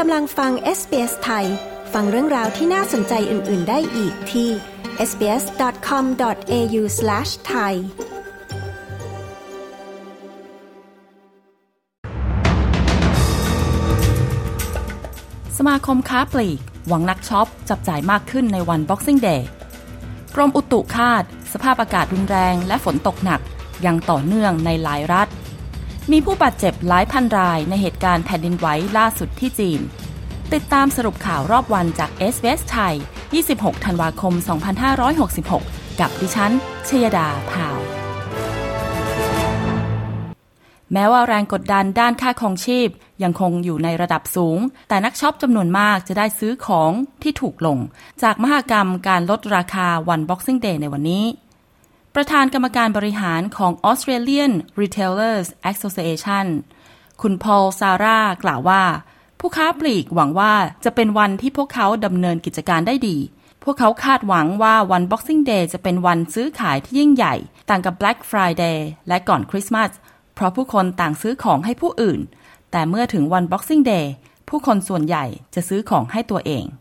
กำลังฟัง SBS ไทยฟังเรื่องราวที่น่าสนใจอื่นๆได้อีกที่ sbs.com.au/thai สมาคมค้าปลีกหวังนักช็อปจับจ่ายมากขึ้นในวัน Boxing Day กรมอุตุคาดสภาพอากาศรุนแรงและฝนตกหนักยังต่อเนื่องในหลายรัฐมีผู้บาดเจ็บหลายพันรายในเหตุการณ์แผ่นดินไหวล่าสุดที่จีนติดตามสรุปข่าวรอบวันจาก SBS ไทย 26 ธันวาคม 2566 กับดิฉันชยดาพาวแม้ว่าแรงกดดันด้านค่าครองชีพยังคงอยู่ในระดับสูงแต่นักช็อปจำนวนมากจะได้ซื้อของที่ถูกลงจากมหกรรมการลดราคาวัน Boxing Day ในวันนี้ประธานกรรมการบริหารของ Australian Retailers Association คุณพอลซาร่ากล่าวว่าผู้ค้าปลีกหวังว่าจะเป็นวันที่พวกเขาดำเนินกิจการได้ดีพวกเขาคาดหวังว่าวัน Boxing Day จะเป็นวันซื้อขายที่ยิ่งใหญ่ต่างกับ Black Friday และก่อนคริสต์มาสเพราะผู้คนต่างซื้อของให้ผู้อื่นแต่เมื่อถึงวัน Boxing Day ผู้คนส่วนใหญ่จะซื้อของให้ตัวเอง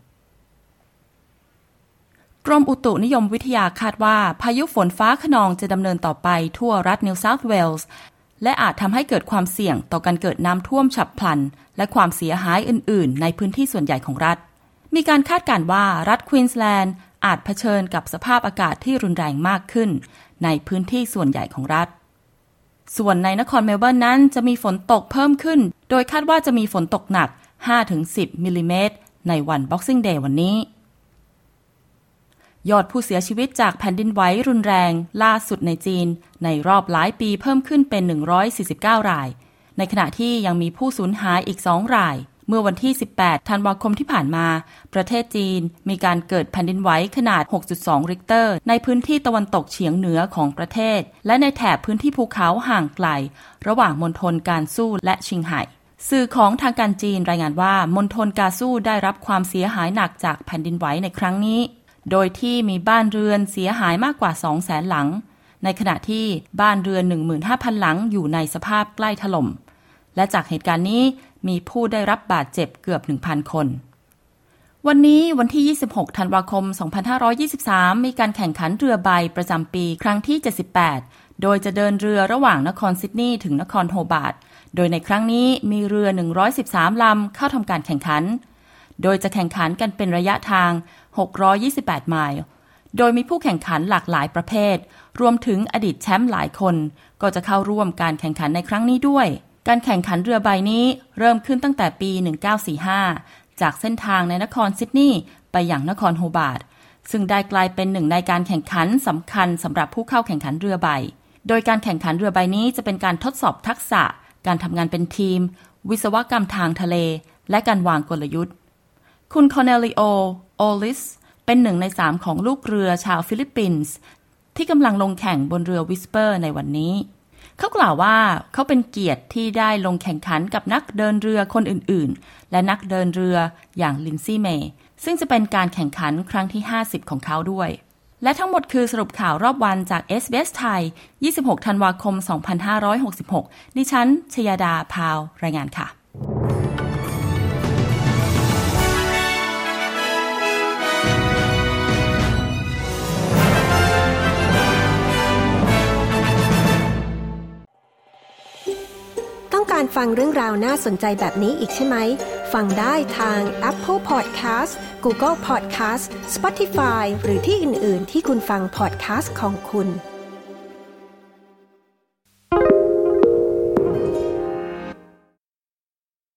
กรมอุตุนิยมวิทยาคาดว่าพายุฝนฟ้าคะนองจะดำเนินต่อไปทั่วรัฐ New South Wales และอาจทำให้เกิดความเสี่ยงต่อการเกิดน้ำท่วมฉับพลันและความเสียหายอื่นๆในพื้นที่ส่วนใหญ่ของรัฐมีการคาดการณ์ว่ารัฐควีนสแลนด์อาจเผชิญกับสภาพอากาศที่รุนแรงมากขึ้นในพื้นที่ส่วนใหญ่ของรัฐส่วนในนครเมลเบิร์นนั้นจะมีฝนตกเพิ่มขึ้นโดยคาดว่าจะมีฝนตกหนัก 5-10 มิลลิเมตรในวัน Boxing Day วันนี้ยอดผู้เสียชีวิตจากแผ่นดินไหวรุนแรงล่าสุดในจีนในรอบหลายปีเพิ่มขึ้นเป็น149รายในขณะที่ยังมีผู้สูญหายอีก2รายเมื่อวันที่18ธันวาคมที่ผ่านมาประเทศจีนมีการเกิดแผ่นดินไหวขนาด 6.2 ริกเตอร์ในพื้นที่ตะวันตกเฉียงเหนือของประเทศและในแถบพื้นที่ภูเขาห่างไกลระหว่างมณฑลกานซู่และชิงไห่สื่อของทางการจีนรายงานว่ามณฑลกาซู่ได้รับความเสียหายหนักจากแผ่นดินไหวในครั้งนี้โดยที่มีบ้านเรือนเสียหายมากกว่า 200,000 หลังในขณะที่บ้านเรือน 15,000 หลังอยู่ในสภาพใกล้ถล่มและจากเหตุการณ์นี้มีผู้ได้รับบาดเจ็บเกือบ 1,000 คนวันนี้วันที่ 26 ธันวาคม 2523 มีการแข่งขันเรือใบประจำปีครั้งที่ 78 โดยจะเดินเรือระหว่างนครซิดนีย์ถึงนครโฮบาร์ตโดยในครั้งนี้มีเรือ 113 ลำเข้าทำการแข่งขันโดยจะแข่งขันกันเป็นระยะทาง628 ไมล์โดยมีผู้แข่งขันหลากหลายประเภทรวมถึงอดีตแชมป์หลายคนก็จะเข้าร่วมการแข่งขันในครั้งนี้ด้วยการแข่งขันเรือใบนี้เริ่มขึ้นตั้งแต่ปี 1945 จากเส้นทางในนครซิดนีย์ไปยังนครโฮบาร์ตซึ่งได้กลายเป็นหนึ่งในการแข่งขันสำคัญสำหรับผู้เข้าแข่งขันเรือใบโดยการแข่งขันเรือใบนี้จะเป็นการทดสอบทักษะการทำงานเป็นทีมวิศวกรรมทางทะเลและการวางกลยุทธ์คุณคอร์เนลิโอ โอลิสเป็น1ใน3ของลูกเรือชาวฟิลิปปินส์ที่กำลังลงแข่งบนเรือวิสเปอร์ในวันนี้เขากล่าวว่าเขาเป็นเกียรติที่ได้ลงแข่งขันกับนักเดินเรือคนอื่นๆและนักเดินเรืออย่างลินซี่เมย์ซึ่งจะเป็นการแข่งขันครั้งที่50ของเขาด้วยและทั้งหมดคือสรุปข่าวรอบวันจาก SBS ไทย 26 ธันวาคม 2566 ดิฉันชยดาพาวรายงานค่ะการฟังเรื่องราวน่าสนใจแบบนี้อีกใช่ไหมฟังได้ทาง Apple Podcast Google Podcast Spotify หรือที่อื่นๆที่คุณฟัง podcast ของคุณ